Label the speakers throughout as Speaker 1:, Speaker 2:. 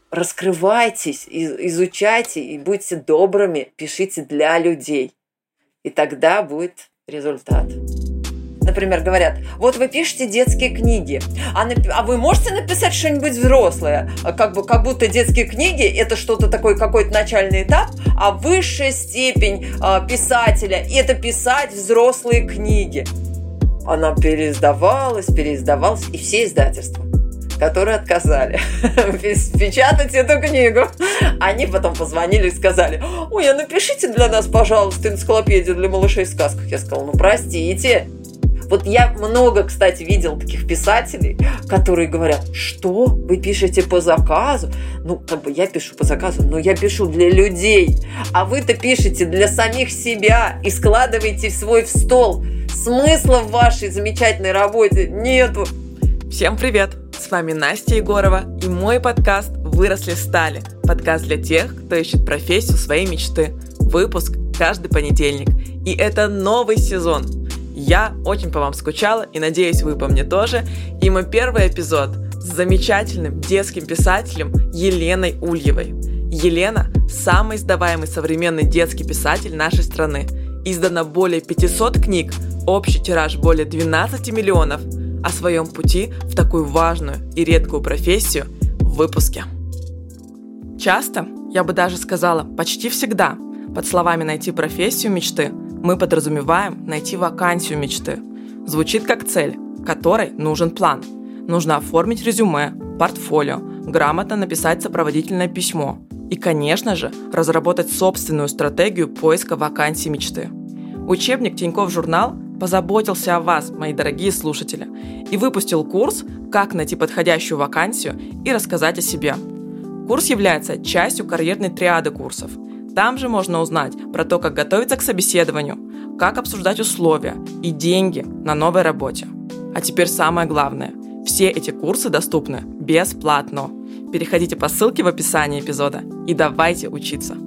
Speaker 1: раскрывайтесь, изучайте и будьте добрыми, пишите для людей. И тогда будет результат. Например, говорят, вот вы пишете детские книги, а вы можете написать что-нибудь взрослое? Как будто детские книги – это что-то такое, какой-то начальный этап, а высшая степень писателя – это писать взрослые книги. Она переиздавалась, и все издательства, которые отказали печатать эту книгу, они потом позвонили и сказали: ой, а напишите для нас, пожалуйста, энциклопедию для малышей в сказках. Я сказала: ну, простите. Вот я много, кстати, видела таких писателей, которые говорят: что, вы пишете по заказу? Ну, я пишу по заказу, но я пишу для людей, а вы-то пишете для самих себя и складываете свой в стол. Смысла в вашей замечательной работе нету.
Speaker 2: Всем привет! С вами Настя Егорова и мой подкаст «Выросли стали». Подкаст для тех, кто ищет профессию своей мечты. Выпуск каждый понедельник. И это новый сезон. Я очень по вам скучала и надеюсь, вы по мне тоже. И мой первый эпизод с замечательным детским писателем Еленой Ульевой. Елена – самый издаваемый современный детский писатель нашей страны. Издано более 500 книг, общий тираж более 12 миллионов. О своем пути в такую важную и редкую профессию в выпуске. Часто, я бы даже сказала, почти всегда, под словами «найти профессию мечты» мы подразумеваем найти вакансию мечты. Звучит как цель, которой нужен план. Нужно оформить резюме, портфолио, грамотно написать сопроводительное письмо и, конечно же, разработать собственную стратегию поиска вакансии мечты. Учебник Тинькофф Журнал позаботился о вас, мои дорогие слушатели, и выпустил курс «Как найти подходящую вакансию и рассказать о себе». Курс является частью карьерной триады курсов. Там же можно узнать про то, как готовиться к собеседованию, как обсуждать условия и деньги на новой работе. А теперь самое главное. Все эти курсы доступны бесплатно. Переходите по ссылке в описании эпизода и давайте учиться.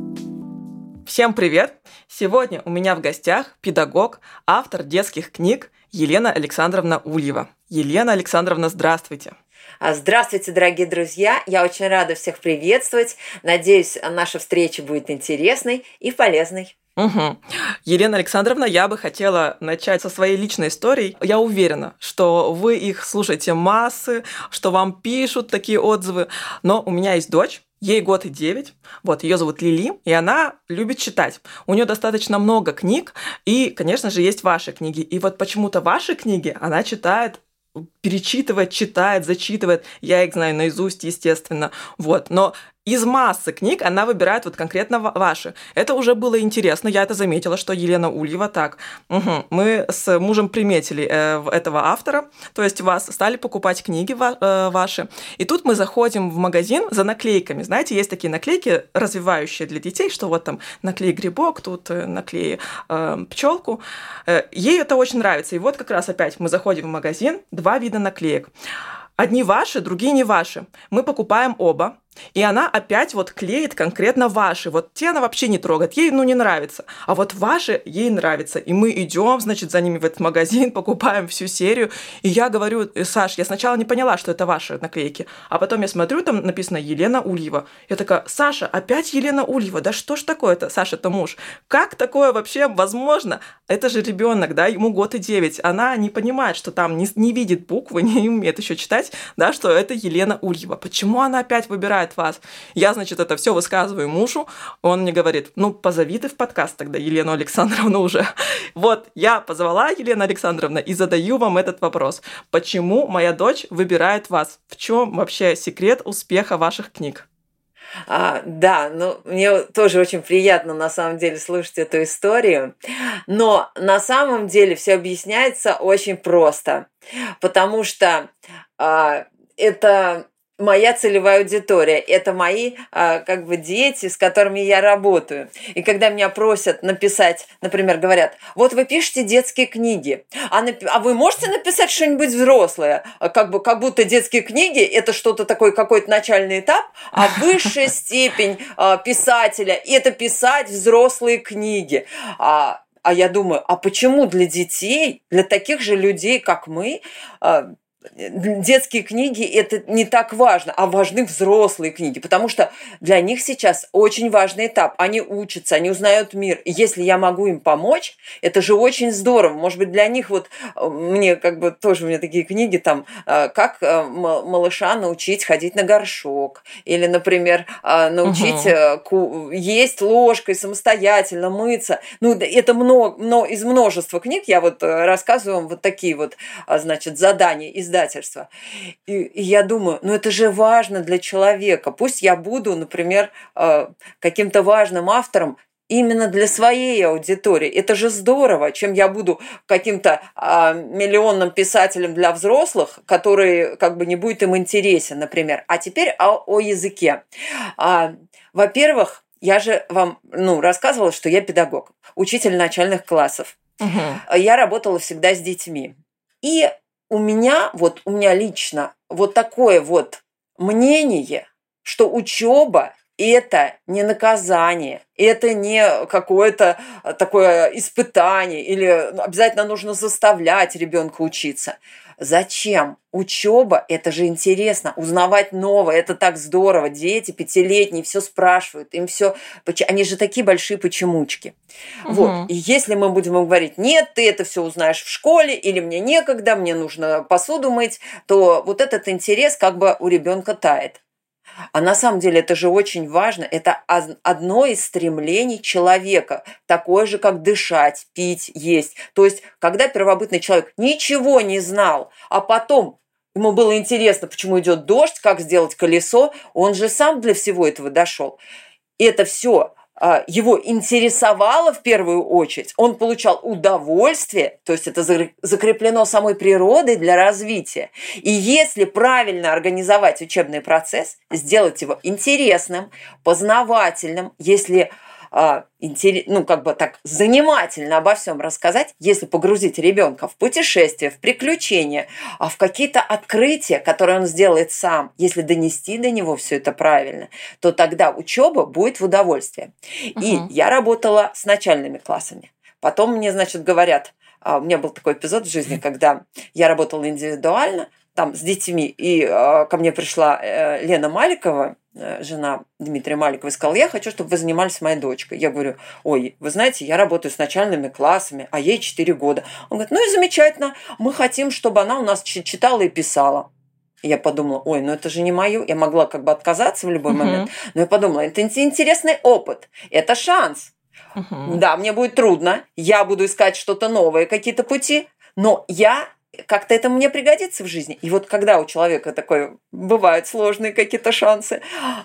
Speaker 2: Всем привет! Сегодня у меня в гостях педагог, автор детских книг Елена Александровна Ульева. Елена Александровна, здравствуйте!
Speaker 1: Здравствуйте, дорогие друзья! Я очень рада всех приветствовать. Надеюсь, наша встреча будет интересной и полезной.
Speaker 2: Угу. Елена Александровна, я бы хотела начать со своей личной историей. Я уверена, что вы их слушаете массы, что вам пишут такие отзывы. Но у меня есть дочь, ей 1 и 9 лет. Вот, ее зовут Лили, и она любит читать. У нее достаточно много книг, и, конечно же, есть ваши книги. И вот почему-то ваши книги она читает, перечитывает, читает, зачитывает. Я их знаю наизусть, естественно. Вот. Но из массы книг она выбирает вот конкретно ваши. Это уже было интересно. Я это заметила, что Елена Ульева так. Угу. Мы с мужем приметили этого автора, то есть вас стали покупать книги ваши. И тут мы заходим в магазин за наклейками. Знаете, есть такие наклейки, развивающие для детей, что вот там наклей грибок, тут наклей пчелку. Ей это очень нравится. И вот как раз опять мы заходим в магазин, 2 вида наклеек. Одни ваши, другие не ваши. Мы покупаем оба. И она опять вот клеит конкретно ваши. Вот те она вообще не трогает, ей не нравится. А вот ваши ей нравятся. И мы идем, значит, за ними в этот магазин, покупаем всю серию. И я говорю: Саш, я сначала не поняла, что это ваши наклейки. А потом я смотрю, там написано Елена Ульева. Я такая: Саша, опять Елена Ульева? Да что ж такое-то? Саша, это муж. Как такое вообще возможно? Это же ребенок, да, ему 1 и 9 лет. Она не понимает, что там не видит буквы, не умеет еще читать, да, что это Елена Ульева. Почему она опять выбирает вас? Я, значит, это все высказываю мужу, он мне говорит: ну, позови ты в подкаст тогда Елену Александровну уже. Вот, я позвала Елену Александровну и задаю вам этот вопрос. Почему моя дочь выбирает вас? В чем вообще секрет успеха ваших книг?
Speaker 1: Да, мне тоже очень приятно на самом деле слушать эту историю, но на самом деле все объясняется очень просто, потому что это моя целевая аудитория, это мои дети, с которыми я работаю. И когда меня просят написать, например, говорят: вот вы пишете детские книги, а вы можете написать что-нибудь взрослое? Как будто детские книги – это что-то такое, какой-то начальный этап, а высшая степень писателя – это писать взрослые книги. А я думаю, а почему для детей, для таких же людей, как мы, детские книги это не так важно, а важны взрослые книги, потому что для них сейчас очень важный этап. Они учатся, они узнают мир. И если я могу им помочь, это же очень здорово. Может быть, для них вот мне как бы тоже у меня такие книги там, как малыша научить ходить на горшок, или, например, научить есть ложкой самостоятельно, мыться. Ну, это из множества книг я вот рассказываю вам вот такие вот, значит, задания издательства. И я думаю, ну это же важно для человека. Пусть я буду, например, каким-то важным автором именно для своей аудитории. Это же здорово, чем я буду каким-то миллионным писателем для взрослых, который как бы не будет им интересен, например. А теперь о языке. Во-первых, я же вам рассказывала, что я педагог, учитель начальных классов. Я работала всегда с детьми. И у меня лично вот такое вот мнение, что учеба – это не наказание, это не какое-то такое испытание, или обязательно нужно заставлять ребенка учиться. Зачем? Учеба – это же интересно, узнавать новое, это так здорово. Дети пятилетние все спрашивают, им все, они же такие большие почемучки. Вот. И если мы будем им говорить, нет, ты это все узнаешь в школе, или мне некогда, мне нужно посуду мыть, то вот этот интерес как бы у ребенка тает. А на самом деле это же очень важно. Это одно из стремлений человека. Такое же, как дышать, пить, есть. То есть, когда первобытный человек ничего не знал, а потом ему было интересно, почему идет дождь, как сделать колесо, он же сам для всего этого дошел. И это все его интересовало в первую очередь, он получал удовольствие, то есть это закреплено самой природой для развития. И если правильно организовать учебный процесс, сделать его интересным, познавательным, если как бы так занимательно обо всем рассказать, если погрузить ребенка в путешествие, в приключения, в какие-то открытия, которые он сделает сам, если донести до него все это правильно, то тогда учеба будет в удовольствие. И я работала с начальными классами. Потом мне, значит, говорят, у меня был такой эпизод в жизни, когда я работала индивидуально, там, с детьми, и ко мне пришла Лена Маликова, жена Дмитрия Маликова, и сказала, я хочу, чтобы вы занимались моей дочкой. Я говорю, ой, вы знаете, я работаю с начальными классами, а ей 4 года. Он говорит, ну и замечательно, мы хотим, чтобы она у нас читала и писала. И я подумала, ой, ну это же не мое. Я могла как бы отказаться в любой момент, но я подумала, это интересный опыт, это шанс. Да, мне будет трудно, я буду искать что-то новое, какие-то пути, но как-то это мне пригодится в жизни. И вот когда у человека такое, бывают сложные какие-то шансы,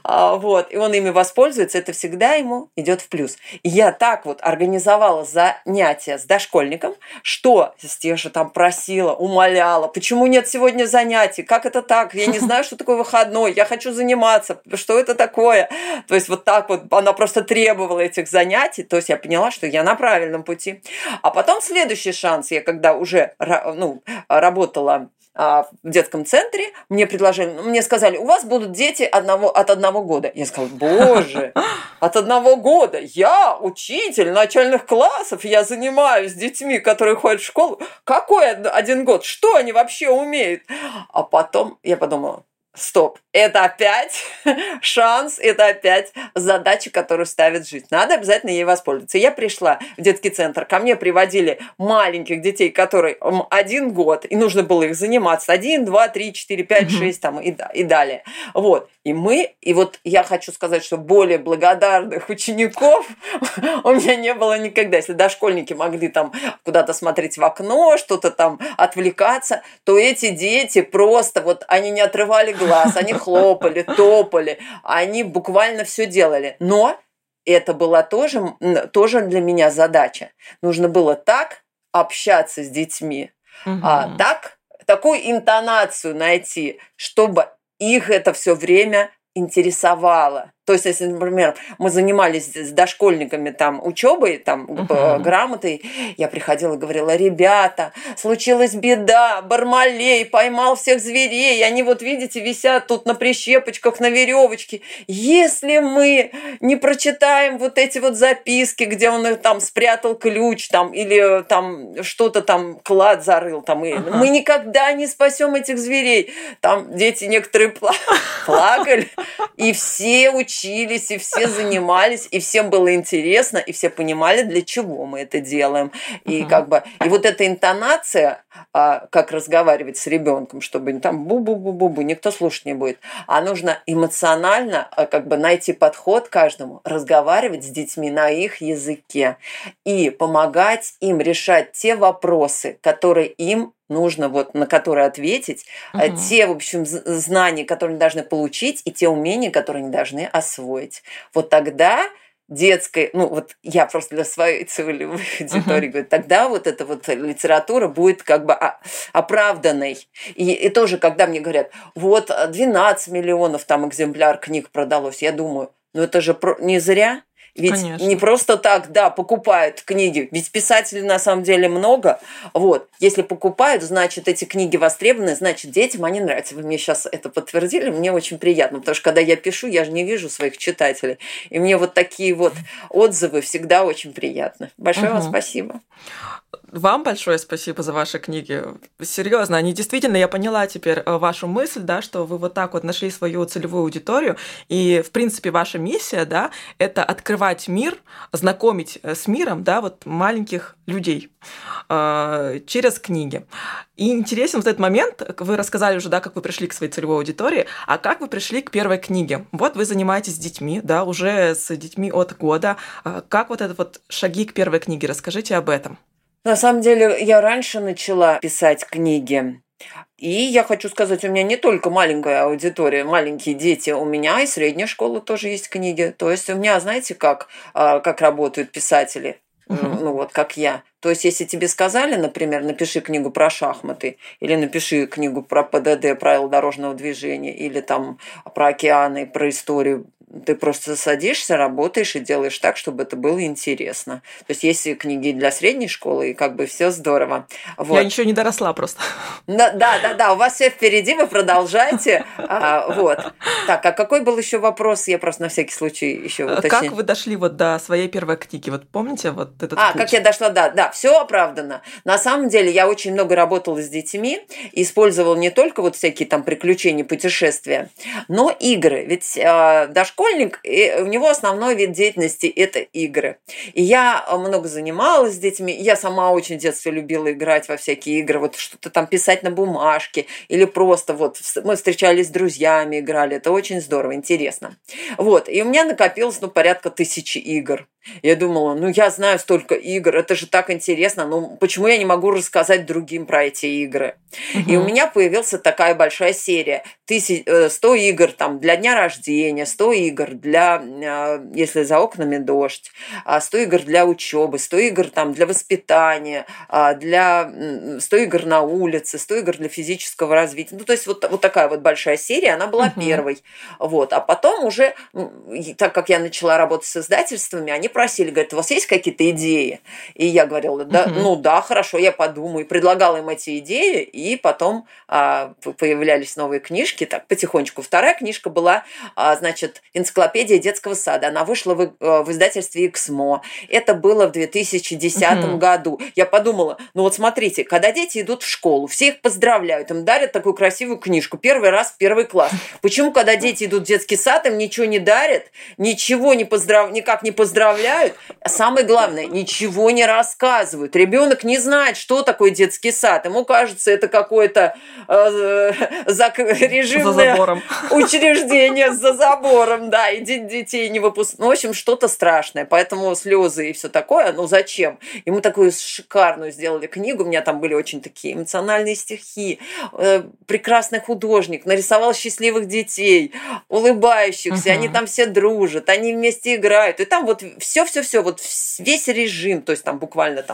Speaker 1: и он ими воспользуется, это всегда ему идет в плюс. И я так вот организовала занятия с дошкольником, что Стеша там просила, умоляла, почему нет сегодня занятий, как это так, я не знаю, что такое выходной, я хочу заниматься, что это такое. То есть вот так вот она просто требовала этих занятий, то есть я поняла, что я на правильном пути. А потом следующий шанс, я когда уже работала в детском центре, мне сказали, у вас будут дети от 1 года. Я сказала, боже, от 1 года я учитель начальных классов, я занимаюсь с детьми, которые ходят в школу. Какой 1 год? Что они вообще умеют? А потом я подумала, стоп, это опять шанс, это опять задача, которую ставит жизнь. Надо обязательно ей воспользоваться. Я пришла в детский центр, ко мне приводили маленьких детей, которые 1 год, и нужно было их заниматься. 1, 2, 3, 4, 5, 6 там, и далее. Вот. И вот я хочу сказать, что более благодарных учеников у меня не было никогда. Если дошкольники могли там куда-то смотреть в окно, что-то там отвлекаться, то эти дети просто вот они не отрывали глаз, они хлопали, топали, они буквально все делали. Но это была тоже для меня задача. Нужно было так общаться с детьми, такую интонацию найти, чтобы их это все время интересовало. То есть, если, например, мы занимались с дошкольниками там учебой, там грамотой, я приходила и говорила: ребята, случилась беда, Бармалей поймал всех зверей, они вот, видите, висят тут на прищепочках, на веревочке. Если мы не прочитаем вот эти вот записки, где он там спрятал ключ, там, или там что-то там, клад зарыл, там, мы никогда не спасем этих зверей. Там дети некоторые плакали, и все учились, и все занимались, и всем было интересно, и все понимали, для чего мы это делаем. И и вот эта интонация, как разговаривать с ребенком, чтобы там бу-бу-бу-бу-бу, никто слушать не будет. А нужно эмоционально найти подход каждому, разговаривать с детьми на их языке и помогать им решать те вопросы, которые им нужно на которые ответить, те, в общем, знания, которые они должны получить, и те умения, которые они должны освоить. Вот тогда детской, я просто для своей целевой аудитории говорю, тогда вот эта вот литература будет оправданной. И тоже, когда мне говорят, 12 миллионов там экземпляр книг продалось, я думаю, это же не зря. Ведь
Speaker 2: Конечно.
Speaker 1: Не просто так, покупают книги. Ведь писателей на самом деле много. Если покупают, значит, эти книги востребованы, значит, детям они нравятся. Вы мне сейчас это подтвердили, мне очень приятно. Потому что, когда я пишу, я же не вижу своих читателей. И мне такие отзывы всегда очень приятны. Большое вам спасибо.
Speaker 2: Вам большое спасибо за ваши книги. Серьезно, они действительно, я поняла теперь вашу мысль, что вы вот так вот нашли свою целевую аудиторию. И, в принципе, ваша миссия, это открывать мир, знакомить с миром, маленьких людей через книги. И интересен этот момент, вы рассказали уже, как вы пришли к своей целевой аудитории, а как вы пришли к первой книге? Вы занимаетесь с детьми, уже с детьми от года. Как это шаги к первой книге? Расскажите об этом.
Speaker 1: На самом деле, я раньше начала писать книги. И я хочу сказать, у меня не только маленькая аудитория, маленькие дети, у меня и средняя школа тоже есть книги. То есть у меня, знаете, как работают писатели, как я. То есть, если тебе сказали, например, напиши книгу про шахматы, или напиши книгу про ПДД, правила дорожного движения, или там про океаны, про историю, ты просто садишься, работаешь и делаешь так, чтобы это было интересно. То есть, есть книги для средней школы, и все здорово.
Speaker 2: Я еще не доросла просто.
Speaker 1: Да, у вас все впереди, вы продолжаете. Так, а какой был еще вопрос? Я просто на всякий случай еще уточню.
Speaker 2: Как вы дошли до своей первой книги? Помните этот путь?
Speaker 1: Как я дошла, да, все оправдано. На самом деле, я очень много работала с детьми, использовала не только всякие там приключения, путешествия, но игры. Ведь дошкольник, у него основной вид деятельности – это игры. И я много занималась с детьми, я сама очень в детстве любила играть во всякие игры, что-то там писать на бумажке, или просто мы встречались с друзьями, играли, это очень здорово, интересно. И у меня накопилось, порядка 1000 игр. Я думала, я знаю столько игр, это же так интересно, почему я не могу рассказать другим про эти игры? И у меня появилась такая большая серия, 100 игр там для дня рождения, 100 игр для, если за окнами дождь, 100 игр для учебы, 100 игр там для воспитания, 100 игр на улице, 100 игр для физического развития. То есть такая большая серия, она была первой. А потом уже, так как я начала работать с издательствами, они просили, говорят, у вас есть какие-то идеи? И я говорила, да, хорошо, я подумаю. И предлагала им эти идеи, и потом появлялись новые книжки, так потихонечку. Вторая книжка была, энциклопедия детского сада. Она вышла в издательстве «Эксмо». Это было в 2010 году. Я подумала, смотрите, когда дети идут в школу, все их поздравляют, им дарят такую красивую книжку, первый раз в первый класс. Почему, когда дети идут в детский сад, им ничего не дарят, ничего никак не поздравляют, а самое главное, ничего не рассказывают. Ребенок не знает, что такое детский сад. Ему кажется, это какое-то режимное учреждение за забором, и детей не выпускают. В общем, что-то страшное. Поэтому слезы и все такое, зачем? И мы такую шикарную сделали книгу. У меня там были очень такие эмоциональные стихи. Прекрасный художник нарисовал счастливых детей, улыбающихся. Они там все дружат, они вместе играют. И там все, весь режим, то есть там буквально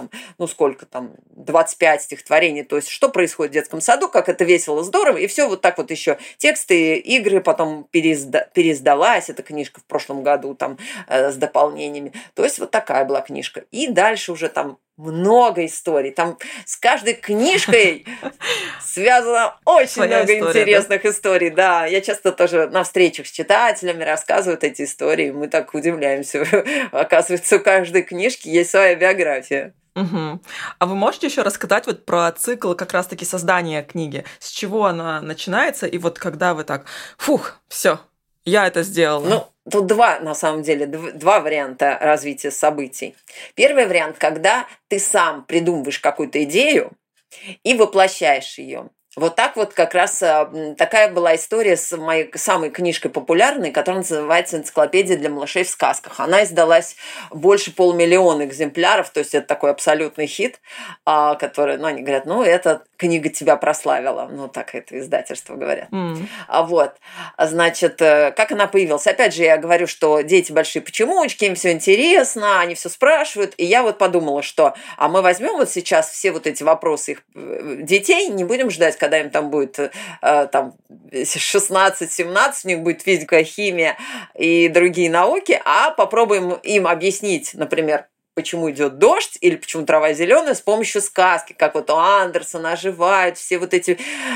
Speaker 1: 25 стихотворений, то есть что происходит в детском саду, как это весело, здорово, и все так еще тексты, игры, потом переиздала началась эта книжка в прошлом году там с дополнениями. То есть вот такая была книжка. И дальше уже там много историй. Там с каждой книжкой связано очень много интересных историй. Да, я часто тоже на встречах с читателями рассказываю эти истории. Мы так удивляемся. Оказывается, у каждой книжки есть своя биография.
Speaker 2: Угу. А вы можете еще рассказать вот про цикл как раз-таки создания книги? С чего она начинается? И вот когда вы так, все, я это сделала.
Speaker 1: Ну, тут на самом деле, два варианта развития событий. Первый вариант, когда ты сам придумываешь какую-то идею и воплощаешь ее. Вот так вот как раз такая была история с моей самой книжкой популярной, которая называется «Энциклопедия для малышей в сказках». Она издалась больше 500 000 экземпляров, то есть это такой абсолютный хит, который, они говорят, эта книга тебя прославила. Так это издательство говорят. Вот. Значит, как она появилась? Опять же, я говорю, что дети большие почемучки, им все интересно, они все спрашивают. И я вот подумала, что мы возьмем вот сейчас все вот эти вопросы их детей, не будем ждать, когда им там будет 16-17, у них будет физика, химия и другие науки, а попробуем им объяснить, например, почему идет дождь или почему трава зеленая с помощью сказки, как вот у Андерсона оживают все вот эти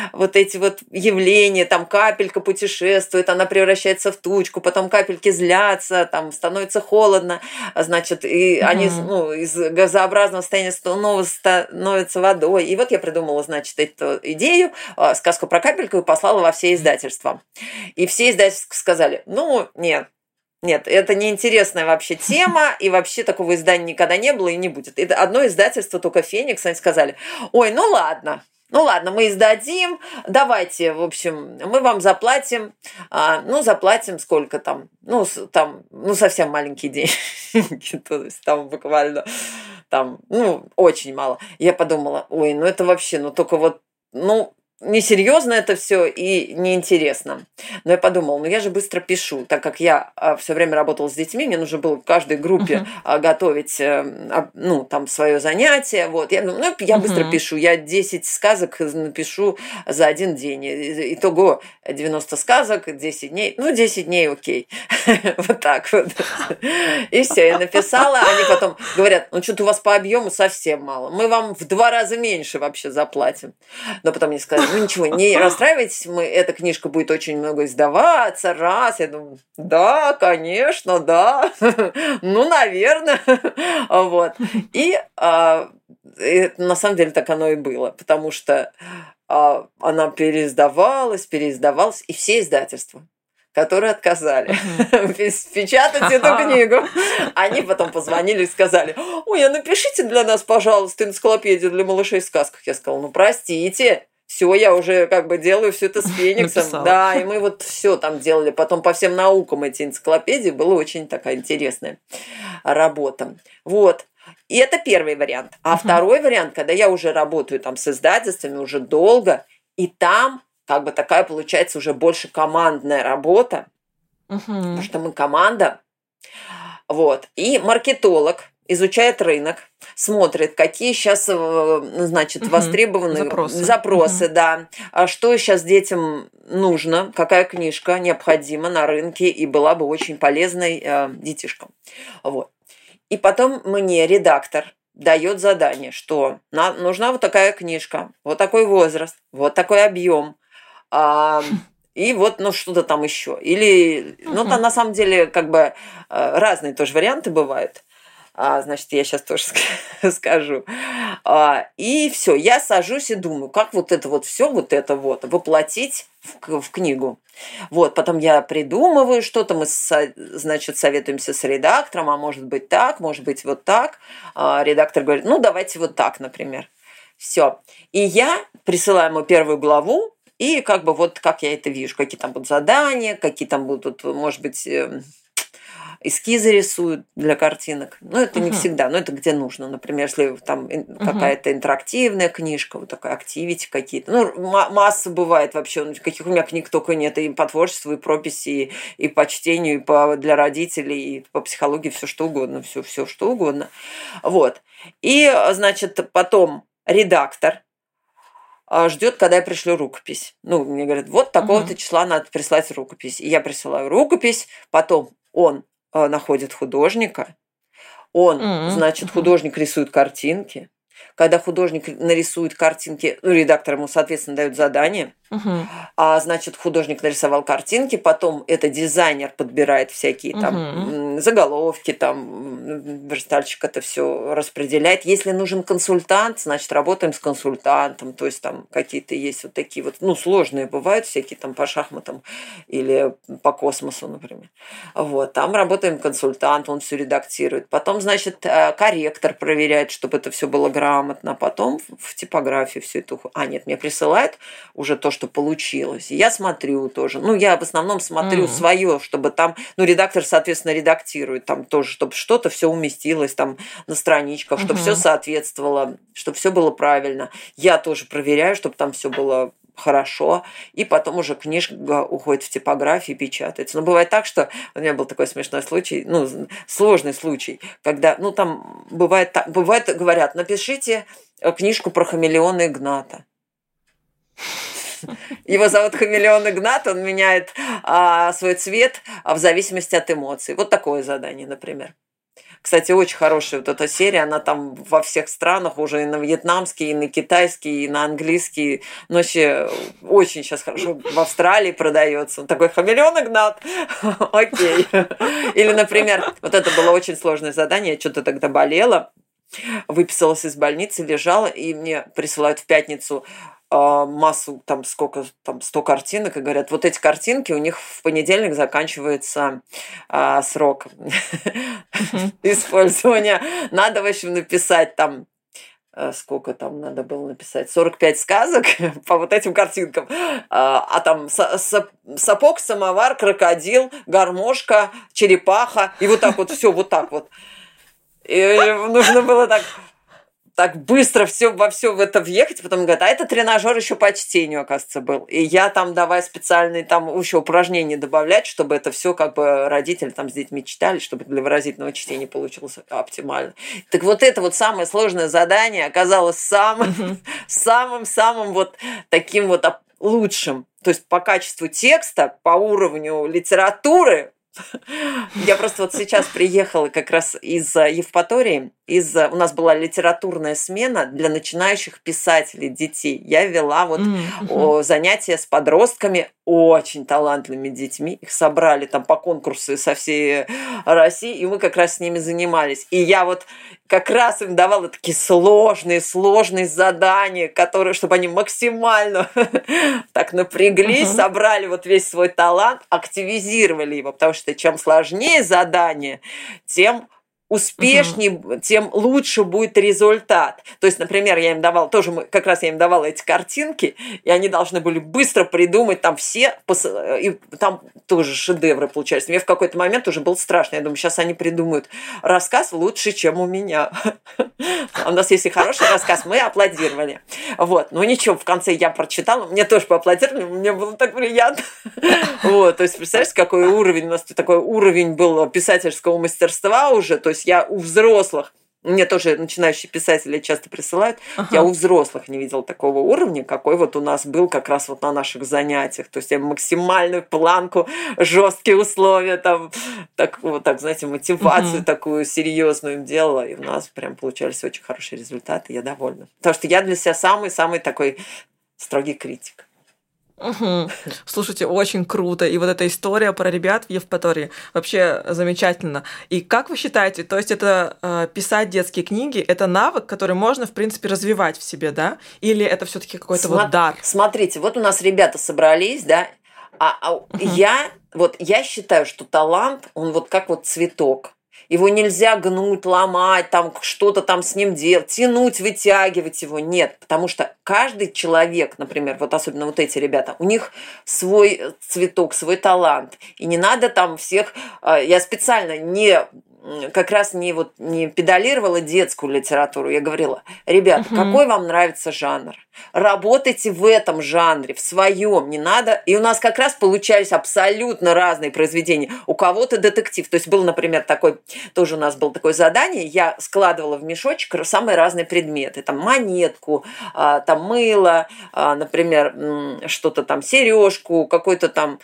Speaker 1: явления, там капелька путешествует, она превращается в тучку, потом капельки злятся, там становится холодно, значит, и они из газообразного состояния снова становятся водой. И вот я придумала, значит, эту идею, сказку про капельку, и послала во все издательства. И все издательства сказали, нет, это неинтересная вообще тема, и вообще такого издания никогда не было и не будет. И одно издательство, только «Феникс», они сказали, ой, ладно, мы издадим, давайте, в общем, мы вам заплатим, заплатим сколько там, совсем маленькие деньги, то есть там буквально, очень мало. Я подумала, ой, это вообще, только вот, несерьезно это все и неинтересно. Но я подумала, я же быстро пишу, так как я все время работала с детьми, мне нужно было в каждой группе готовить, свое занятие. Вот. Я думаю, я быстро пишу, я 10 сказок напишу за один день. Итого 90 сказок, 10 дней. 10 дней окей. Вот так вот. И все, я написала. Они потом говорят, что-то у вас по объему совсем мало. Мы вам в 2 раза меньше вообще заплатим. Но потом мне сказали, ничего, не расстраивайтесь, эта книжка будет очень много издаваться, раз. Я думаю, да, конечно, да, наверное. Вот. И на самом деле так оно и было, потому что она переиздавалась, и все издательства, которые отказали печатать эту книгу. Они потом позвонили и сказали, ой, напишите для нас, пожалуйста, энциклопедию для малышей в сказках. Я сказала, простите, все, я уже делаю все это с Фениксом.
Speaker 2: Написала.
Speaker 1: Да, и мы вот все там делали. Потом по всем наукам эти энциклопедии. Была очень такая интересная работа. Вот. И это первый вариант. А второй вариант, когда я уже работаю там с издательствами уже долго, и там такая получается уже больше командная работа, потому что мы команда. Вот. И маркетолог изучает рынок, смотрит, какие сейчас, востребованные запросы, да, что сейчас детям нужно, какая книжка необходима на рынке и была бы очень полезной детишкам. Вот. И потом мне редактор дает задание, что нужна вот такая книжка, вот такой возраст, вот такой объем, и вот, что-то там еще. Или, там на самом деле разные тоже варианты бывают. Значит, я сейчас тоже скажу. И все, я сажусь и думаю, как вот это все воплотить в книгу. Вот, потом я придумываю что-то, мы, советуемся с редактором, а может быть так, может быть вот так. Редактор говорит, давайте вот так, например. Все. И я присылаю ему первую главу, и как я это вижу, какие там будут задания, какие там будут, может быть, эскизы рисуют для картинок. Это не всегда, но это где нужно. Например, если там какая-то интерактивная книжка, вот такая активити какие-то. Масса бывает вообще. Каких у меня книг только нет. И по творчеству, и прописи, и по чтению, и для родителей, и по психологии, все что угодно. Все что угодно. Вот. И, значит, потом редактор ждет, когда я пришлю рукопись. Ну, мне говорят, вот такого-то числа надо прислать рукопись. И я присылаю рукопись, потом он находит художника, он, значит, художник рисует картинки. Когда художник нарисует картинки, ну, редактор ему, соответственно, дает задание, значит, художник нарисовал картинки, потом это дизайнер подбирает всякие там заголовки, там верстальщик это все распределяет. Если нужен консультант, значит, работаем с консультантом, то есть там какие-то есть вот такие вот, ну, сложные бывают всякие там по шахматам или по космосу, например. Вот, там работаем консультант, он все редактирует. Потом, значит, корректор проверяет, чтобы это все было грамотно, потом в типографию все это... нет, мне присылает уже то, что получилось. И я смотрю тоже. Ну, я в основном смотрю свое, чтобы там... Ну, редактор, соответственно, редактирует там тоже, чтобы что-то все уместилось там на страничках, чтобы все соответствовало, чтобы все было правильно. Я тоже проверяю, чтобы там все было хорошо, и потом уже книжка уходит в типографию и печатается. Но бывает так, что у меня был такой смешной случай, ну, сложный случай, когда, ну, там бывает, говорят, напишите книжку про хамелеона Игната. Его зовут хамелеон Игнат, он меняет свой цвет в зависимости от эмоций. Вот такое задание, например. Кстати, очень хорошая вот эта серия, она там во всех странах уже и на вьетнамский, и на китайский, и на английский. Но вообще очень сейчас хорошо в Австралии продается. Он такой хамелеон Игнат. Окей. Или, например, вот это было очень сложное задание, я что-то тогда болела, выписалась из больницы, лежала, и мне присылают в пятницу массу, там сколько, там 100 картинок, и говорят, вот эти картинки, у них в понедельник заканчивается срок использования. Надо, в общем, написать там, сколько там надо было написать, 45 сказок по вот этим картинкам. А там сапог, самовар, крокодил, гармошка, черепаха, и вот так вот все, вот так вот. И нужно было так быстро во все в это въехать, потом говорят, а это тренажер еще по чтению, оказывается, был. И я там давай специальные там еще упражнения добавлять, чтобы это все как бы родители там с детьми читали, чтобы для выразительного чтения получилось оптимально. Так вот это вот самое сложное задание оказалось самым вот таким вот лучшим. То есть по качеству текста, по уровню литературы. Я просто вот сейчас приехала как раз из Евпатории. У нас была литературная смена для начинающих писателей, детей. Я вела занятия с подростками, очень талантливыми детьми. Их собрали там по конкурсу со всей России, и мы как раз с ними занимались. И я вот как раз им давала такие сложные задания, которые, чтобы они максимально так напряглись, собрали вот весь свой талант, активизировали его, потому что чем сложнее задание, тем успешнее, тем лучше будет результат. То есть, например, я им давала эти картинки, и они должны были быстро придумать там все, и там тоже шедевры получались. Мне в какой-то момент уже было страшно. Я думаю, сейчас они придумают рассказ лучше, чем у меня. У нас есть и хороший рассказ, мы аплодировали. Вот. Ну ничего, в конце я прочитала, мне тоже поаплодировали, мне было так приятно. Вот. То есть, представляете, какой уровень, у нас такой уровень был писательского мастерства уже, то есть я у взрослых, мне тоже начинающие писатели часто присылают, я у взрослых не видела такого уровня, какой вот у нас был как раз вот на наших занятиях. То есть я максимальную планку, жесткие условия, там, так, знаете, мотивацию такую серьезную им делала, и у нас прям получались очень хорошие результаты, я довольна. Потому что я для себя самый такой строгий критик.
Speaker 2: Слушайте, очень круто. И вот эта история про ребят в Евпатории вообще замечательно. И как вы считаете, то есть это писать детские книги, это навык, который можно, в принципе, развивать в себе, да? Или это все-таки какой-то вот дар?
Speaker 1: Смотрите, вот у нас ребята собрались, да, я считаю, что талант, он вот как вот цветок. Его нельзя гнуть, ломать, там что-то там с ним делать, тянуть, вытягивать его. Нет, потому что каждый человек, например, вот особенно вот эти ребята, у них свой цветок, свой талант. И не надо там всех... Я специально не как раз не педалировала детскую литературу. Я говорила: ребята, какой вам нравится жанр? Работайте в этом жанре, в своем, не надо. И у нас как раз получались абсолютно разные произведения. У кого-то детектив. То есть был, например, тоже у нас было такое задание, я складывала в мешочек самые разные предметы. Там монетку, там мыло, например, что-то там, сережку, какую-то там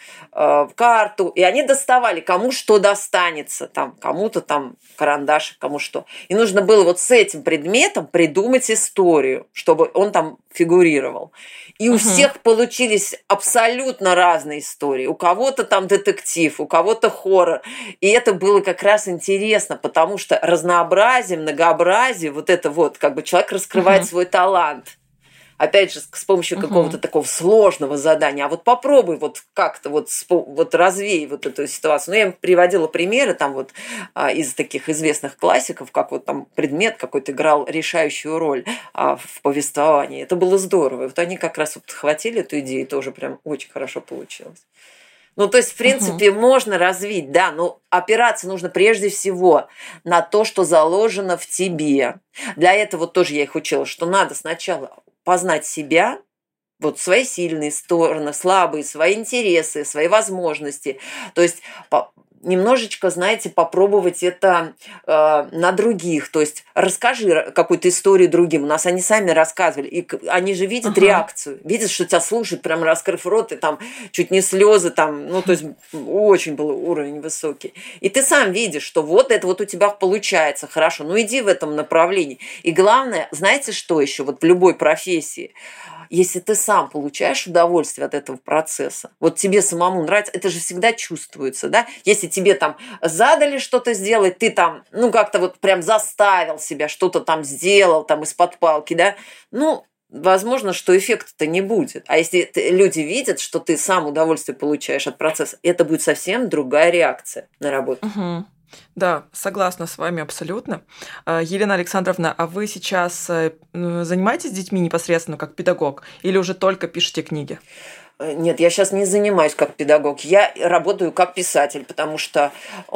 Speaker 1: карту. И они доставали, кому что достанется. Там, кому-то там карандашик, кому что. И нужно было вот с этим предметом придумать историю, чтобы он там фигурировал. И у всех получились абсолютно разные истории. У кого-то там детектив, у кого-то хоррор. И это было как раз интересно, потому что разнообразие, многообразие, вот это вот, как бы человек раскрывает свой талант. Опять же, с помощью какого-то такого сложного задания. А вот попробуй вот как-то вот развей вот эту ситуацию. Ну, я им приводила примеры там вот из таких известных классиков, как вот там предмет какой-то играл решающую роль в повествовании. Это было здорово. И вот они как раз вот хватили эту идею, и тоже прям очень хорошо получилось. Ну, то есть, в принципе, можно развить, да, но опираться нужно прежде всего на то, что заложено в тебе. Для этого тоже я их учила, что надо сначала познать себя, вот свои сильные стороны, слабые, свои интересы, свои возможности. То есть немножечко, знаете, попробовать это на других. То есть расскажи какую-то историю другим. У нас они сами рассказывали. И они же видят реакцию. Видят, что тебя слушают, прям раскрыв рот, и там чуть не слезы. Там, ну, то есть очень был уровень высокий. И ты сам видишь, что вот это вот у тебя получается хорошо. Ну, иди в этом направлении. И главное, знаете, что еще? Вот в любой профессии, если ты сам получаешь удовольствие от этого процесса, вот тебе самому нравится, это же всегда чувствуется, да? Если тебе там задали что-то сделать, ты там, ну, как-то вот прям заставил себя, что-то там сделал, там из-под палки, да? Ну, возможно, что эффекта-то не будет. А если люди видят, что ты сам удовольствие получаешь от процесса, это будет совсем другая реакция на работу.
Speaker 2: Да, согласна с вами абсолютно. Елена Александровна, а вы сейчас занимаетесь с детьми непосредственно как педагог или уже только пишете книги?
Speaker 1: Нет, я сейчас не занимаюсь как педагог, я работаю как писатель, потому что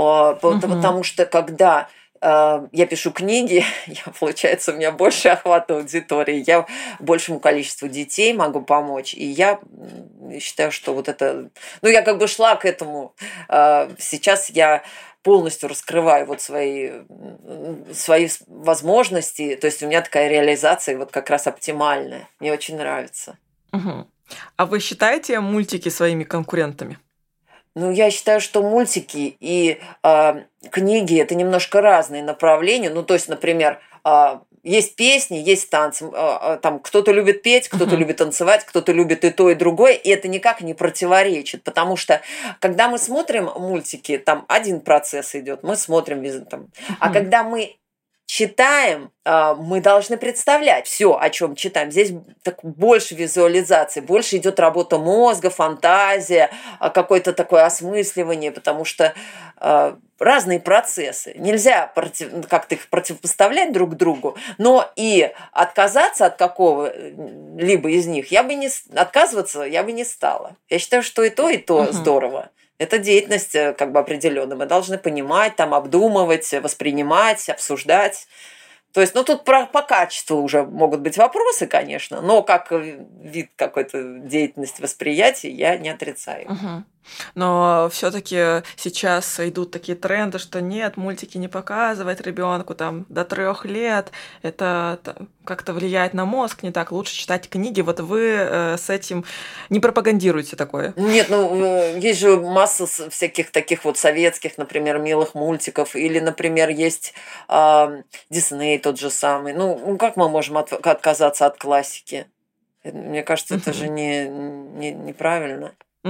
Speaker 1: когда я пишу книги, получается, у меня больше охват аудитории, я большему количеству детей могу помочь, и я считаю, что вот это... Ну, я как бы шла к этому. Сейчас я полностью раскрываю вот свои возможности, то есть у меня такая реализация вот как раз оптимальная. Мне очень нравится.
Speaker 2: А вы считаете мультики своими конкурентами?
Speaker 1: Ну, я считаю, что мультики и книги – это немножко разные направления. Ну, то есть, например, есть песни, есть танцы. Там кто-то любит петь, кто-то любит танцевать, кто-то любит и то, и другое. И это никак не противоречит. Потому что, когда мы смотрим мультики, там один процесс идет, мы смотрим. А когда мы читаем, мы должны представлять все, о чем читаем. Здесь больше визуализации, больше идет работа мозга, фантазия, какое-то такое осмысливание, потому что разные процессы. Нельзя как-то их противопоставлять друг другу, но и отказаться от какого-либо из них отказываться я бы не стала. Я считаю, что и то здорово. Это деятельность как бы определенная. Мы должны понимать, там, обдумывать, воспринимать, обсуждать. То есть, ну, тут по качеству уже могут быть вопросы, конечно, но как вид какой-то деятельности восприятия я не отрицаю.
Speaker 2: Но все-таки сейчас идут такие тренды, что нет, мультики не показывать ребенку там до 3 лет, это как-то влияет на мозг, не так, лучше читать книги. Вот вы с этим не пропагандируете такое?
Speaker 1: Нет, ну есть же масса всяких таких вот советских, например, милых мультиков, или, например, есть Дисней тот же самый. Ну как мы можем отказаться от классики? Мне кажется, это же неправильно.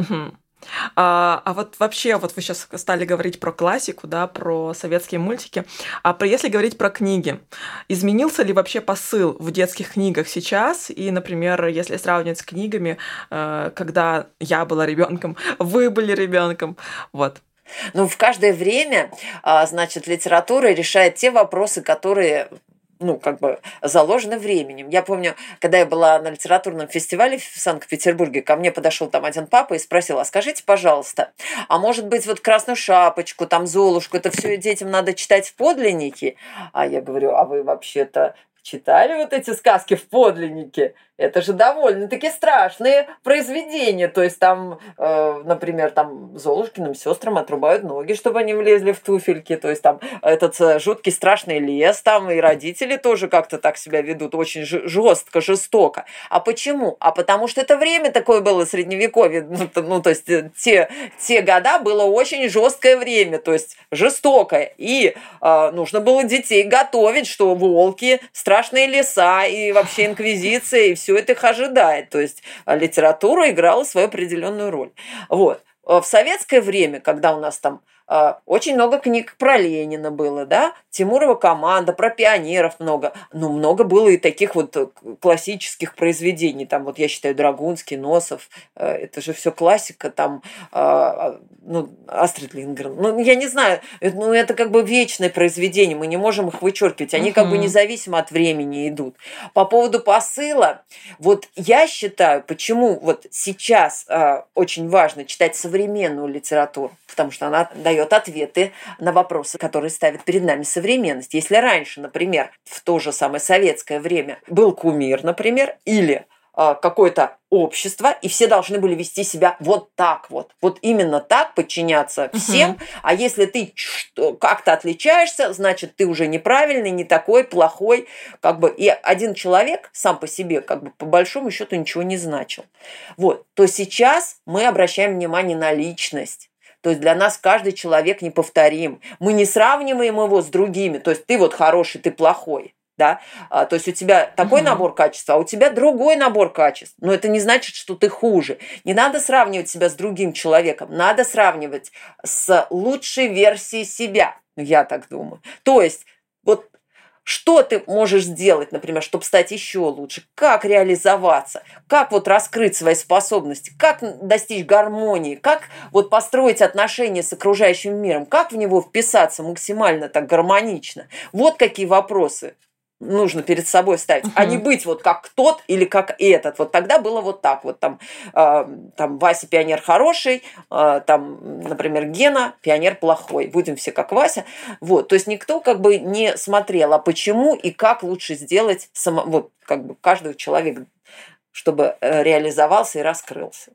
Speaker 2: А вот вообще, вот вы сейчас стали говорить про классику, да, про советские мультики. Если говорить про книги, изменился ли вообще посыл в детских книгах сейчас? И, например, если сравнивать с книгами, когда я была ребенком, вы были ребенком, вот.
Speaker 1: Ну, в каждое время, значит, литература решает те вопросы, которые как бы заложено временем. Я помню, когда я была на литературном фестивале в Санкт-Петербурге, ко мне подошел там один папа и спросил: а скажите, пожалуйста, а может быть вот «Красную шапочку», там «Золушку», это все детям надо читать в подлиннике? А я говорю: а вы вообще-то читали вот эти сказки в подлиннике? Это же довольно-таки страшные произведения. То есть там, например, там Золушкиным сестрам отрубают ноги, чтобы они влезли в туфельки. То есть там этот жуткий страшный лес, там и родители тоже как-то так себя ведут, очень жестко, жестоко. А почему? А потому что это время такое было, средневековье. То есть те года было очень жесткое время, то есть жестокое. И нужно было детей готовить, что волки, страшные леса и вообще инквизиция, и все это их ожидает. То есть литература играла свою определенную роль. Вот. В советское время, когда у нас там очень много книг про Ленина было, да, Тимурова команда, про пионеров много, но много было и таких вот классических произведений, там вот я считаю Драгунский, Носов, это же все классика, там, Астрид Линдгрен, я не знаю, это как бы вечное произведение, мы не можем их вычеркивать, они как бы независимо от времени идут. По поводу посыла, вот я считаю, почему вот сейчас очень важно читать современную литературу, потому что она дает ответы на вопросы, которые ставит перед нами современность. Если раньше, например, в то же самое советское время был кумир, например, или какое-то общество, и все должны были вести себя вот так вот именно так, подчиняться всем, а если ты как-то отличаешься, значит, ты уже неправильный, не такой, плохой, как бы, и один человек сам по себе, как бы, по большому счету ничего не значил. Вот, то сейчас мы обращаем внимание на личность. То есть для нас каждый человек неповторим. Мы не сравниваем его с другими. То есть ты вот хороший, ты плохой. Да? То есть у тебя такой набор качеств, а у тебя другой набор качеств. Но это не значит, что ты хуже. Не надо сравнивать себя с другим человеком. Надо сравнивать с лучшей версией себя. Я так думаю. То есть вот что ты можешь сделать, например, чтобы стать еще лучше? Как реализоваться? Как вот раскрыть свои способности? Как достичь гармонии? Как вот построить отношения с окружающим миром? Как в него вписаться максимально так гармонично? Вот какие вопросы нужно перед собой ставить, а не быть вот как тот или как этот. Вот тогда было вот так. Вот там Вася пионер хороший, там, например, Гена пионер плохой. Будем все как Вася. Вот. То есть никто как бы не смотрел, а почему и как лучше сделать вот как бы каждый человек, чтобы реализовался и раскрылся.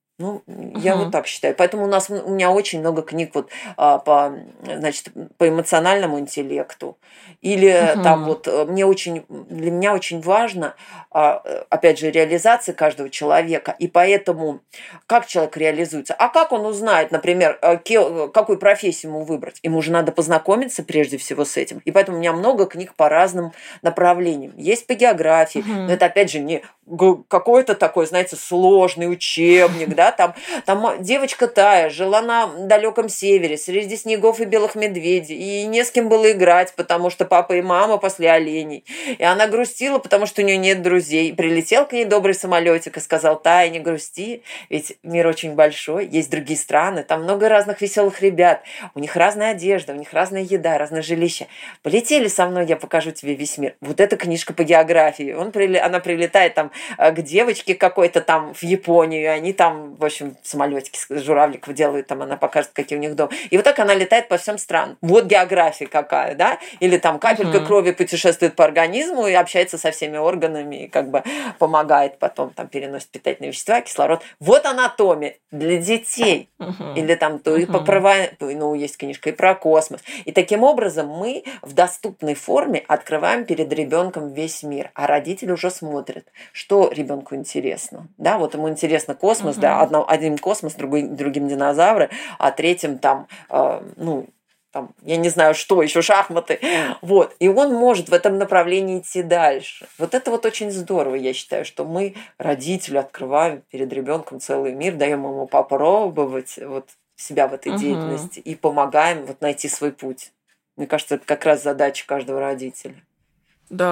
Speaker 1: Я вот так считаю. Поэтому у меня очень много книг вот, по эмоциональному интеллекту. Или там вот для меня очень важно, опять же, реализация каждого человека. И поэтому как человек реализуется? А как он узнает, например, какую профессию ему выбрать? Ему же надо познакомиться прежде всего с этим. И поэтому у меня много книг по разным направлениям. Есть по географии, но это опять же не какой-то такой, знаете, сложный учебник, да, там девочка Тая жила на далеком севере среди снегов и белых медведей, и не с кем было играть, потому что папа и мама пасли оленей. И она грустила, потому что у нее нет друзей. Прилетел к ней добрый самолетик и сказал: Тая, не грусти, ведь мир очень большой, есть другие страны, там много разных веселых ребят, у них разная одежда, у них разная еда, разное жилище. Полетели со мной, я покажу тебе весь мир. Вот эта книжка по географии. Она прилетает там к девочке какой-то там в Японию, и они там, в общем, самолетики журавликов делают, там она покажет, какие у них дома. И вот так она летает по всем странам. Вот география какая, да? Или там капелька крови путешествует по организму и общается со всеми органами, и как бы помогает потом, там переносит питательные вещества, кислород. Вот анатомия для детей. Или там есть книжка и про космос. И таким образом мы в доступной форме открываем перед ребенком весь мир, а родители уже смотрят, что ребенку интересно. Да, вот ему интересно космос, да, один космос, другим динозавры, а третьим там, я не знаю что, еще шахматы. Вот. И он может в этом направлении идти дальше. Вот это вот очень здорово, я считаю, что мы, родители, открываем перед ребенком целый мир, даем ему попробовать вот себя в этой деятельности и помогаем вот найти свой путь. Мне кажется, это как раз задача каждого родителя.
Speaker 2: Да,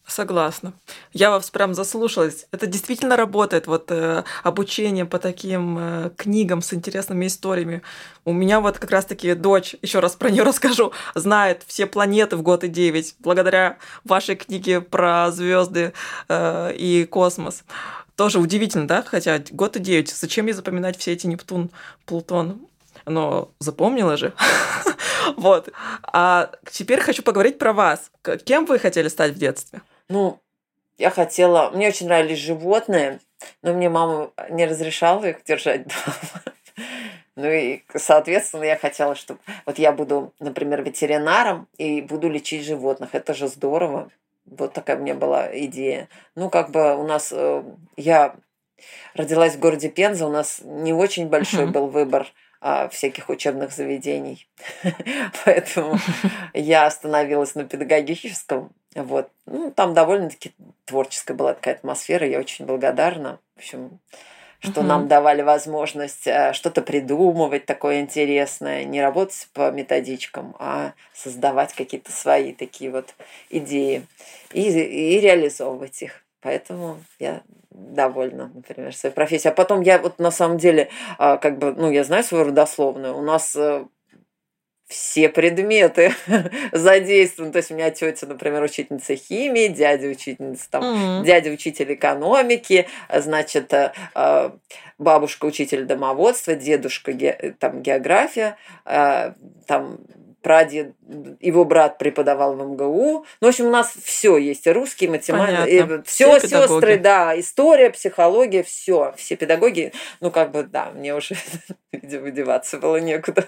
Speaker 2: Согласна. Я вас прям заслушалась. Это действительно работает, вот обучение по таким книгам с интересными историями. У меня вот как раз-таки дочь, еще раз про нее расскажу, знает все планеты в год и 9 благодаря вашей книге про звезды и космос. Тоже удивительно, да? Хотя год и 9. Зачем ей запоминать все эти Нептун, Плутон? Но запомнила же. Вот. А теперь хочу поговорить про вас. Кем вы хотели стать в детстве?
Speaker 1: Ну, мне очень нравились животные, но мне мама не разрешала их держать дома. Ну и, соответственно, я хотела, чтобы... Вот я буду, например, ветеринаром и буду лечить животных. Это же здорово. Вот такая у меня была идея. Ну, как бы у нас... Я родилась в городе Пенза, у нас не очень большой был выбор всяких учебных заведений. Поэтому я остановилась на педагогическом. Вот. Ну, там довольно-таки творческая была такая атмосфера. Я очень благодарна. В общем, что нам давали возможность что-то придумывать такое интересное, не работать по методичкам, а создавать какие-то свои такие вот идеи и реализовывать их. Поэтому я довольна, например, своей профессией. А потом я вот на самом деле, я знаю свою родословную, у нас все предметы задействованы. То есть у меня тетя, например, учительница химии, дядя учитель экономики, значит, бабушка учитель домоводства, дедушка география, там прадед, его брат преподавал в МГУ. Ну, в общем, у нас все есть. И русский, математика, все сестры, да, история, психология, все педагоги. Ну, мне уже, видимо, деваться было некуда.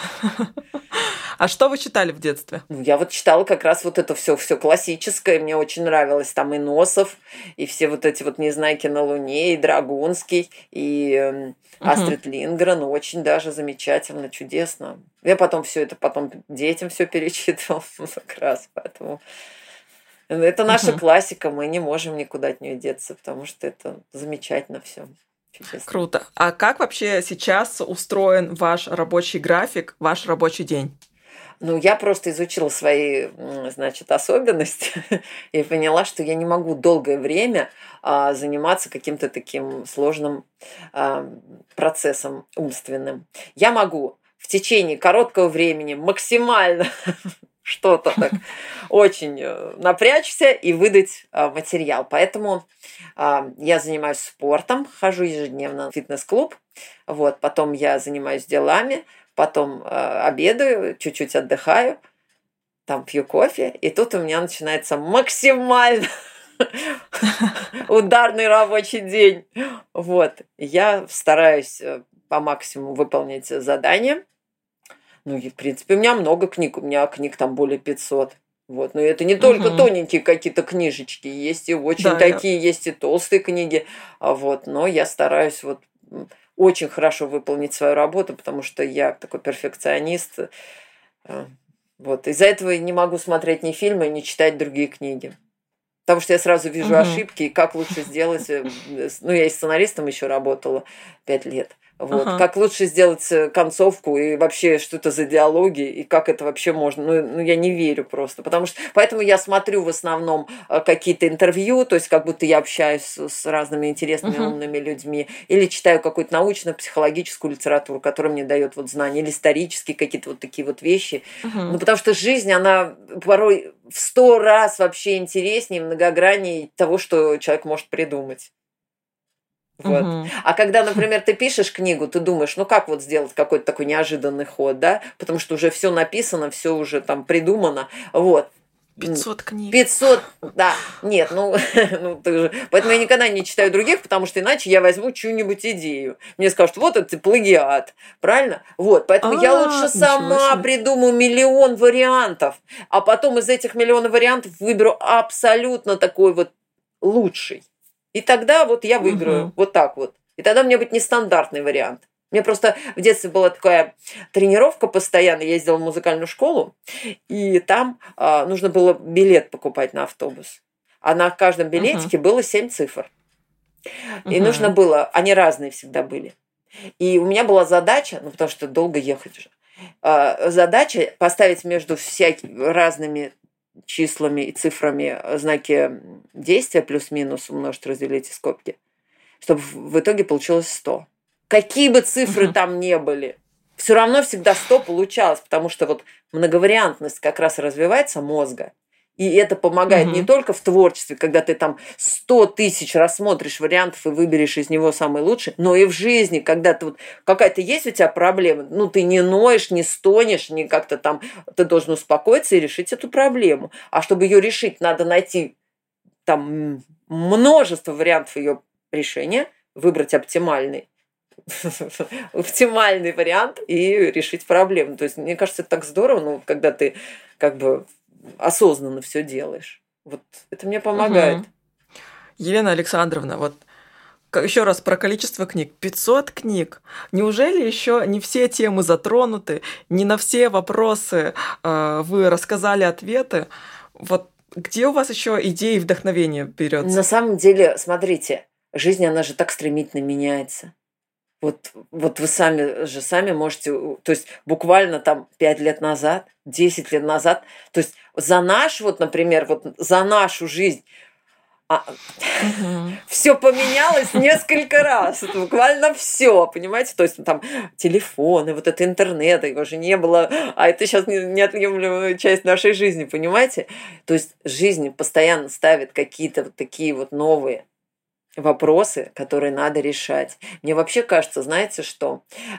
Speaker 2: А что вы читали в детстве?
Speaker 1: Я вот читала как раз вот это все классическое. Мне очень нравилось там и Носов, и все вот эти вот «Незнайки на Луне», и Драгунский, и Астрид Линдгрен. Очень даже замечательно, чудесно. Я потом детям все перечитывала как раз, поэтому... Это наша классика, мы не можем никуда от нее деться, потому что это замечательно все.
Speaker 2: Круто. А как вообще сейчас устроен ваш рабочий график, ваш рабочий день?
Speaker 1: Ну, я просто изучила свои, особенности и поняла, что я не могу долгое время заниматься каким-то таким сложным процессом умственным. Я могу в течение короткого времени максимально что-то так очень напрячься и выдать материал. Поэтому я занимаюсь спортом, хожу ежедневно в фитнес-клуб, вот, потом я занимаюсь делами, потом обедаю, чуть-чуть отдыхаю, там пью кофе, и тут у меня начинается максимально ударный рабочий день. Вот. Я стараюсь по максимуму выполнять задания. Ну, и, в принципе, у меня много книг. У меня книг там более 500. Вот. Но это не только тоненькие какие-то книжечки. есть и очень такие, есть и толстые книги. Вот. Но я стараюсь очень хорошо выполнить свою работу, потому что я такой перфекционист. Вот. Из-за этого я не могу смотреть ни фильмы, ни читать другие книги. Потому что я сразу вижу ошибки, и как лучше сделать. Ну, я и сценаристом еще работала 5 лет. Вот. Как лучше сделать концовку и вообще что это за диалоги, и как это вообще можно. Ну, я не верю просто. Поэтому я смотрю в основном какие-то интервью, то есть как будто я общаюсь с разными интересными умными людьми, или читаю какую-то научно-психологическую литературу, которая мне дает знания, или исторические какие-то вот такие вот вещи. Ну, потому что жизнь, она порой в 100 раз вообще интереснее, многограннее того, что человек может придумать. Вот. А когда, например, ты пишешь книгу, ты думаешь, ну как сделать какой-то такой неожиданный ход, да? Потому что уже все написано, все уже там придумано. Вот.
Speaker 2: 500 книг.
Speaker 1: 500, да. Нет, ты же... Поэтому я никогда не читаю других, потому что иначе я возьму чью-нибудь идею. Мне скажут, вот это плагиат. Правильно? Вот. Поэтому я лучше сама придумаю миллион вариантов, а потом из этих миллиона вариантов выберу абсолютно такой вот лучший. И тогда я выиграю вот так вот. И тогда у меня будет нестандартный вариант. У меня просто в детстве была такая тренировка постоянно. Я ездила в музыкальную школу, и там нужно было билет покупать на автобус. А на каждом билетике было 7 цифр. И нужно было, они разные всегда были. И у меня была задача, потому что долго ехать уже, задача поставить между разными числами и цифрами знаки действия плюс-минус умножить, разделить и скобки, чтобы в итоге получилось 100. Какие бы цифры там не были, все равно всегда 100 получалось, потому что вот многовариантность как раз развивается мозга. И это помогает не только в творчестве, когда ты там 100 тысяч рассмотришь вариантов и выберешь из него самый лучший, но и в жизни, когда ты вот какая-то есть у тебя проблема, ну ты не ноешь, не стонешь, не как-то там, ты должен успокоиться и решить эту проблему. А чтобы ее решить, надо найти там множество вариантов ее решения, выбрать оптимальный вариант и решить проблему. То есть, мне кажется, это так здорово, ну, когда ты как бы осознанно все делаешь. Вот это мне помогает.
Speaker 2: Елена Александровна, вот еще раз про количество книг. 500 книг. Неужели еще не все темы затронуты, не на все вопросы вы рассказали ответы? Вот где у вас еще идеи и вдохновение берется?
Speaker 1: На самом деле, смотрите, жизнь, она же так стремительно меняется. Вот вы сами можете, то есть буквально там 5 лет назад, 10 лет назад, то есть за например, за нашу жизнь все поменялось несколько раз, буквально все, понимаете, то есть там телефоны, вот это интернет, его же не было, а это сейчас неотъемлемая часть нашей жизни, понимаете, то есть жизнь постоянно ставит какие-то вот такие вот новые вопросы, которые надо решать. Мне вообще кажется, знаете, что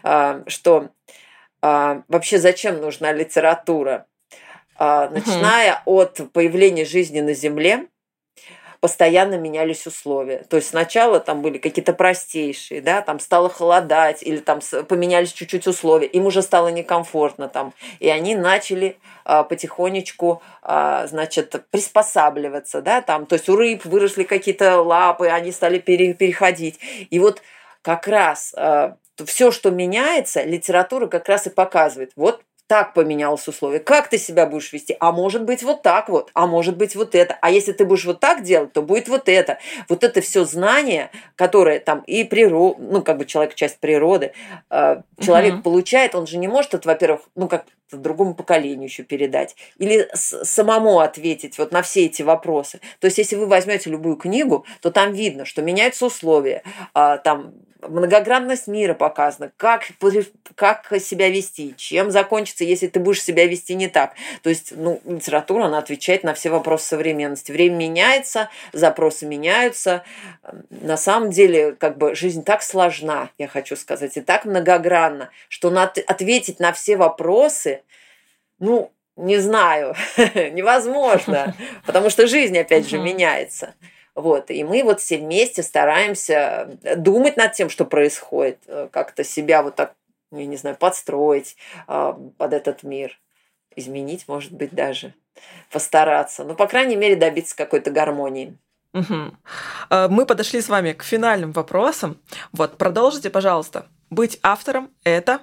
Speaker 1: вообще зачем нужна литература? Начиная от появления жизни на Земле, постоянно менялись условия. То есть сначала там были какие-то простейшие, да, там стало холодать, или там поменялись чуть-чуть условия, им уже стало некомфортно там, и они начали потихонечку, приспосабливаться, да, там, то есть у рыб выросли какие-то лапы, они стали переходить. И вот как раз все, что меняется, литература как раз и показывает. Вот так поменялось условие. Как ты себя будешь вести? А может быть вот так вот, а может быть вот это. А если ты будешь вот так делать, то будет вот это. Вот это все знание, которое там и природа, ну как бы человек часть природы, человек получает, он же не может это, во-первых, ну как другому поколению еще передать. Или самому ответить вот на все эти вопросы. То есть, если вы возьмете любую книгу, то там видно, что меняются условия, там многогранность мира показана, как себя вести, чем закончится, если ты будешь себя вести не так. То есть, литература, она отвечает на все вопросы современности. Время меняется, запросы меняются. На самом деле, как бы жизнь так сложна, я хочу сказать, и так многогранна, что ответить на все вопросы, не знаю, невозможно, потому что жизнь, опять же, меняется. Вот, и мы вот все вместе стараемся думать над тем, что происходит, как-то себя вот так, я не знаю, подстроить под этот мир, изменить, может быть, даже постараться. По крайней мере, добиться какой-то гармонии.
Speaker 2: Мы подошли с вами к финальным вопросам. Вот, продолжите, пожалуйста. Быть автором – это?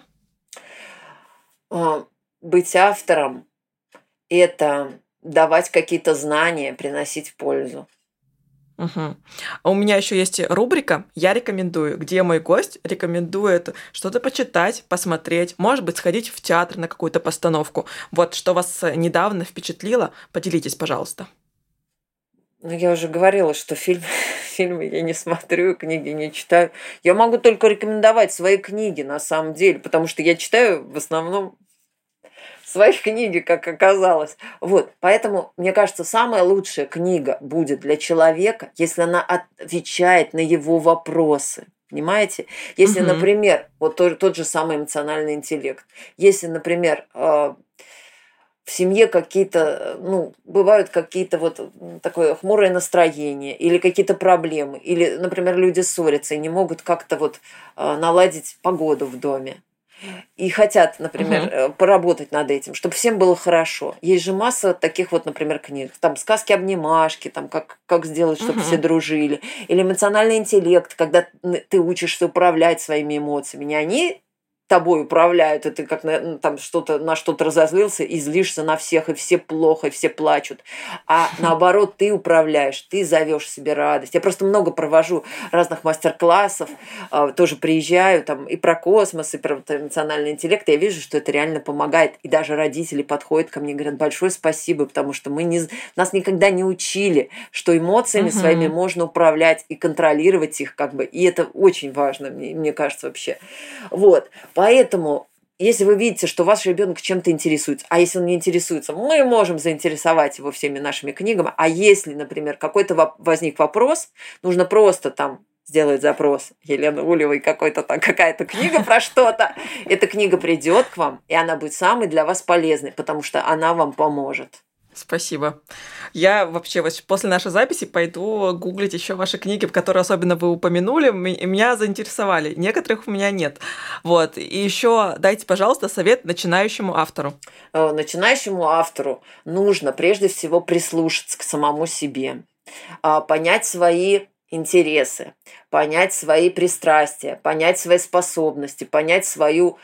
Speaker 1: Быть автором – это давать какие-то знания, приносить пользу.
Speaker 2: А у меня еще есть рубрика «Я рекомендую», где мой гость рекомендует что-то почитать, посмотреть, может быть, сходить в театр на какую-то постановку. Вот, что вас недавно впечатлило, поделитесь, пожалуйста.
Speaker 1: Я уже говорила, что фильмы я не смотрю, книги не читаю. Я могу только рекомендовать свои книги, на самом деле, потому что я читаю в основном свои книги, как оказалось. Вот, поэтому, мне кажется, самая лучшая книга будет для человека, если она отвечает на его вопросы. Понимаете? Если, например, вот тот же самый эмоциональный интеллект. Если, например, в семье какие-то, бывают какие-то вот такое хмурое настроение или какие-то проблемы, или, например, люди ссорятся и не могут как-то вот наладить погоду в доме. И хотят, например, поработать над этим, чтобы всем было хорошо. Есть же масса таких вот, например, книг. Там сказки-обнимашки, там как сделать, чтобы все дружили. Или эмоциональный интеллект, когда ты учишься управлять своими эмоциями. Не они тобой управляют, и ты как там на что-то разозлился и злишься на всех, и все плохо, и все плачут. А наоборот, ты управляешь, ты зовешь себе радость. Я просто много провожу разных мастер-классов, тоже приезжаю там и про космос, и про эмоциональный интеллект, и я вижу, что это реально помогает. И даже родители подходят ко мне и говорят: большое спасибо, потому что нас никогда не учили, что эмоциями своими можно управлять и контролировать их как бы. И это очень важно, мне кажется, вообще. Вот. Поэтому, если вы видите, что ваш ребенок чем-то интересуется, а если он не интересуется, мы можем заинтересовать его всеми нашими книгами. А если, например, какой-то возник вопрос, нужно просто там сделать запрос Елены Улевой, какая-то книга про что-то. Эта книга придет к вам, и она будет самой для вас полезной, потому что она вам поможет.
Speaker 2: Спасибо. Я вообще после нашей записи пойду гуглить еще ваши книги, которые особенно вы упомянули, меня заинтересовали. Некоторых у меня нет. Вот. И еще дайте, пожалуйста, совет начинающему автору.
Speaker 1: Начинающему автору нужно прежде всего прислушаться к самому себе, понять свои интересы, понять свои пристрастия, понять свои способности, понять свою,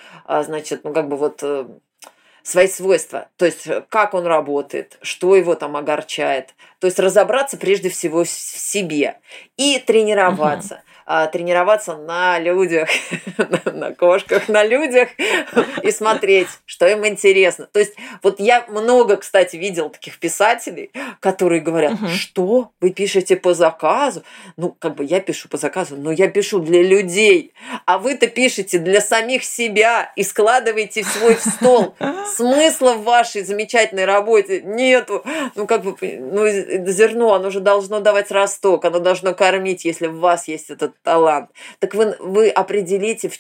Speaker 1: свои свойства, то есть как он работает, что его там огорчает. То есть разобраться прежде всего в себе и тренироваться. Тренироваться на людях, на кошках, на людях и смотреть, что им интересно. То есть вот я много, кстати, видела таких писателей, которые говорят: что вы пишете по заказу? Ну, я пишу по заказу, но я пишу для людей, а вы-то пишете для самих себя и складываете в свой стол. Смысла в вашей замечательной работе нету. Зерно, оно же должно давать росток, оно должно кормить, если в вас есть этот талант. Так вы определите,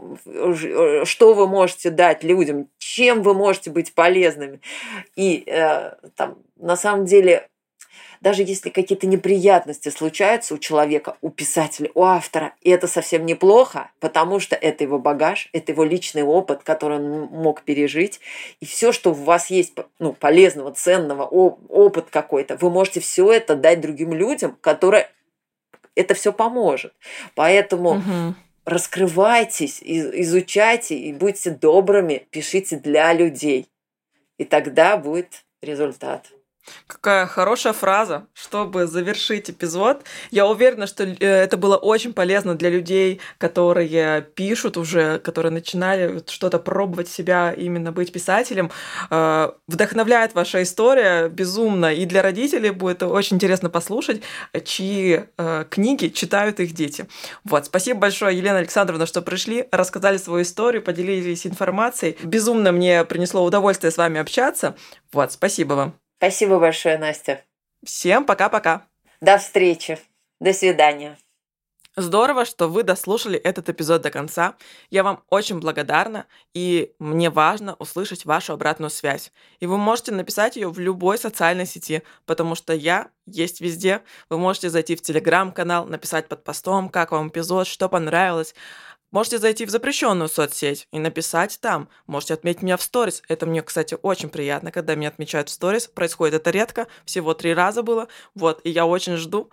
Speaker 1: что вы можете дать людям, чем вы можете быть полезными. И на самом деле, даже если какие-то неприятности случаются у человека, у писателя, у автора, и это совсем неплохо, потому что это его багаж, это его личный опыт, который он мог пережить, и все, что у вас есть полезного, ценного, опыт какой-то, вы можете все это дать другим людям, которые это все поможет. Поэтому раскрывайтесь, изучайте и будьте добрыми, пишите для людей, и тогда будет результат.
Speaker 2: Какая хорошая фраза, чтобы завершить эпизод. Я уверена, что это было очень полезно для людей, которые пишут уже, которые начинали что-то пробовать себя, именно быть писателем. Вдохновляет ваша история безумно. И для родителей будет очень интересно послушать, чьи книги читают их дети. Вот. Спасибо большое, Елена Александровна, что пришли, рассказали свою историю, поделились информацией. Безумно мне принесло удовольствие с вами общаться. Вот. Спасибо вам.
Speaker 1: Спасибо большое, Настя.
Speaker 2: Всем пока-пока.
Speaker 1: До встречи. До свидания.
Speaker 2: Здорово, что вы дослушали этот эпизод до конца. Я вам очень благодарна, и мне важно услышать вашу обратную связь. И вы можете написать ее в любой социальной сети, потому что я есть везде. Вы можете зайти в Telegram-канал, написать под постом, как вам эпизод, что понравилось. Можете зайти в запрещенную соцсеть и написать там. Можете отметить меня в сторис. Это мне, кстати, очень приятно, когда меня отмечают в сторис. Происходит это редко, всего 3 раза было. Вот, и я очень жду.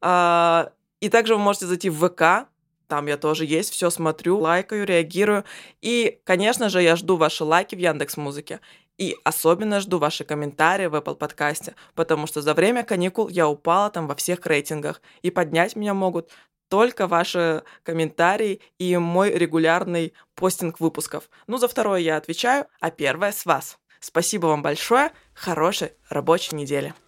Speaker 2: И также вы можете зайти в ВК. Там я тоже есть, все смотрю, лайкаю, реагирую. И, конечно же, я жду ваши лайки в Яндекс.Музыке. И особенно жду ваши комментарии в Apple подкасте, потому что за время каникул я упала там во всех рейтингах. И поднять меня могут только ваши комментарии и мой регулярный постинг выпусков. За второе я отвечаю, а первое с вас. Спасибо вам большое, хорошей рабочей недели.